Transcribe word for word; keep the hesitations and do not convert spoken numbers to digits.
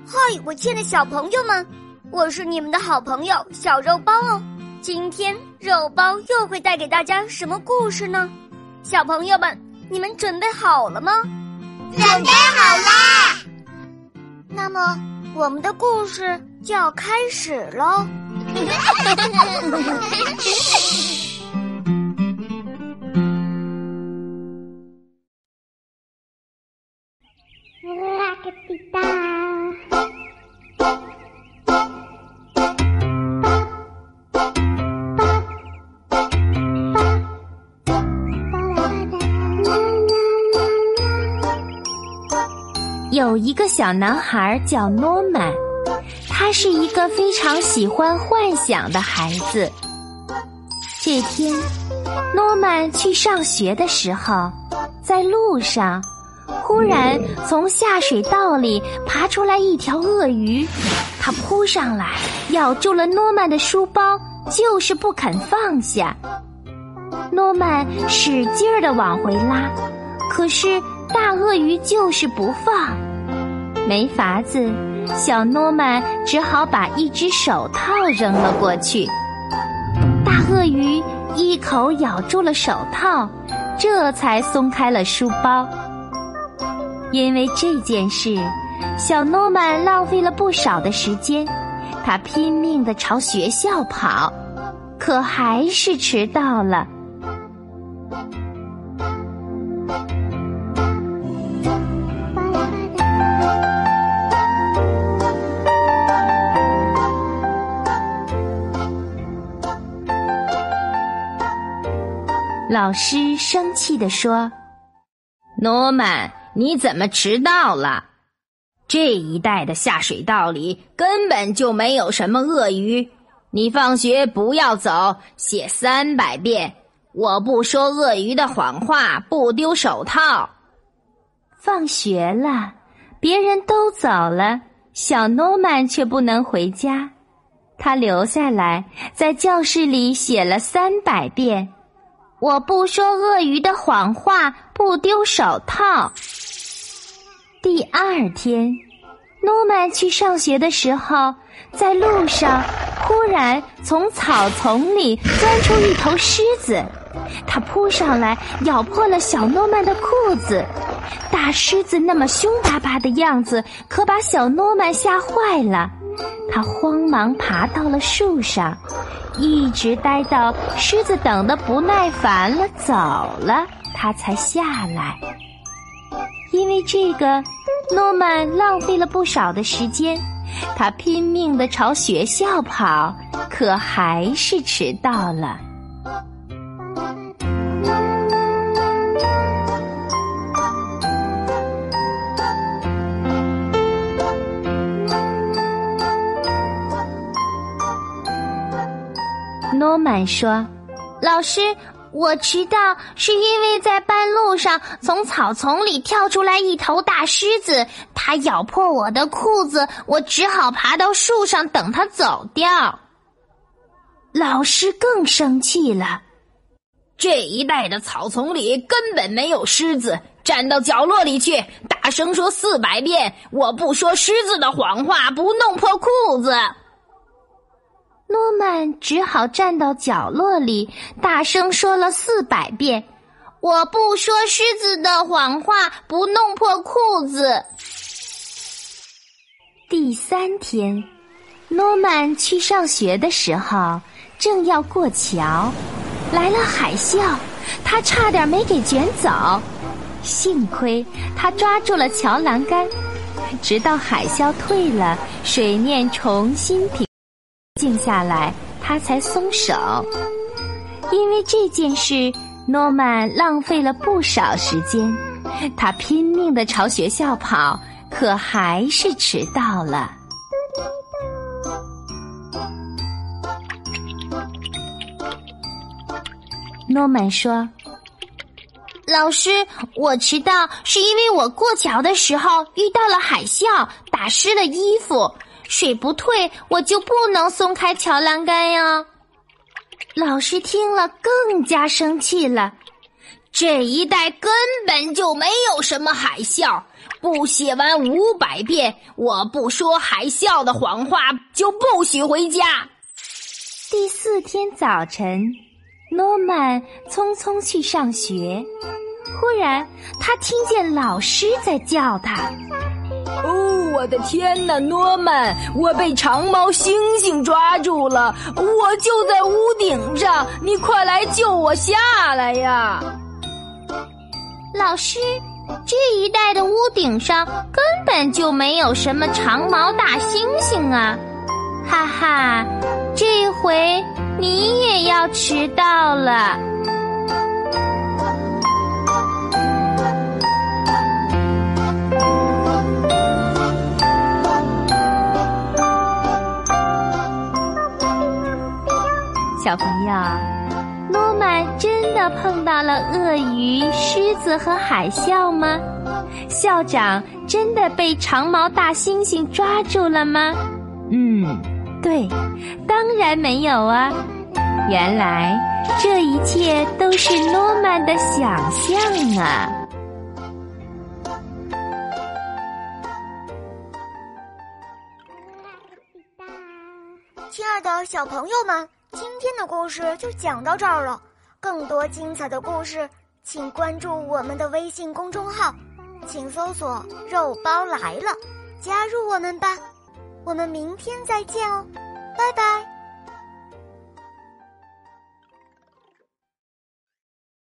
嗨，我亲爱的小朋友们，我是你们的好朋友小肉包哦。今天肉包又会带给大家什么故事呢？小朋友们，你们准备好了吗？ 准备好啦！ 那么我们的故事就要开始喽。 有一个小男孩叫诺曼，他是一个非常喜欢幻想的孩子。这天，诺曼去上学的时候，在路上，忽然从下水道里爬出来一条鳄鱼，它扑上来，咬住了诺曼的书包，就是不肯放下。诺曼使劲儿地往回拉，可是大鳄鱼就是不放。没法子，小诺曼只好把一只手套扔了过去。大鳄鱼一口咬住了手套，这才松开了书包。因为这件事，小诺曼浪费了不少的时间，他拼命地朝学校跑，可还是迟到了。老师生气地说：“ 诺曼，你怎么迟到了？这一带的下水道里根本就没有什么鳄鱼。你放学不要走，写三百遍。我不说鳄鱼的谎话，不丢手套。” 放学了，别人都走了，小诺曼却不能回家。他留下来，在教室里写了三百遍。我不说鳄鱼的谎话，不丢手套。第二天，诺曼去上学的时候，在路上忽然从草丛里钻出一头狮子，它扑上来咬破了小诺曼的裤子。大狮子那么凶巴巴的样子，可把小诺曼吓坏了。他慌忙爬到了树上，一直待到狮子等得不耐烦了走了，他才下来。因为这个，诺曼浪费了不少的时间，他拼命地朝学校跑，可还是迟到了。诺曼说：“老师，我迟到是因为在半路上从草丛里跳出来一头大狮子，它咬破我的裤子，我只好爬到树上等它走掉。”老师更生气了：“ 这一带的草丛里根本没有狮子，站到角落里去，大声说四百遍，我不说狮子的谎话，不弄破裤子。” 诺曼只好站到角落里，大声说了四百遍：“我不说狮子的谎话，不弄破裤子。”第三天，诺曼去上学的时候，正要过桥，来了海啸，他差点没给卷走。幸亏他抓住了桥栏杆，直到海啸退了，水面重新平静下来，他才松手。因为这件事，诺曼浪费了不少时间，他拼命地朝学校跑，可还是迟到了。诺曼说：“老师，我迟到是因为我过桥的时候遇到了海啸，打湿了衣服。水不退，我就不能松开桥栏杆呀。”老师听了更加生气了：“ 这一带根本就没有什么海啸，不写完五百遍我不说海啸的谎话就不许回家。 第四天早晨，诺曼匆匆去上学，忽然他听见老师在叫他。 哦，我的天哪，诺曼，我被长毛猩猩抓住了，我就在屋顶上，你快来救我下来呀！ 老师，这一带的屋顶上根本就没有什么长毛大猩猩啊！哈哈，这回你也要迟到了。小朋友，诺曼真的碰到了鳄鱼、狮子和海啸吗？校长真的被长毛大猩猩抓住了吗？嗯，对，当然没有啊。原来这一切都是诺曼的想象啊。 亲爱的小朋友们，今天的故事就讲到这儿了。更多精彩的故事，请关注我们的微信公众号，请搜索“肉包来了”，加入我们吧。我们明天再见哦，拜拜。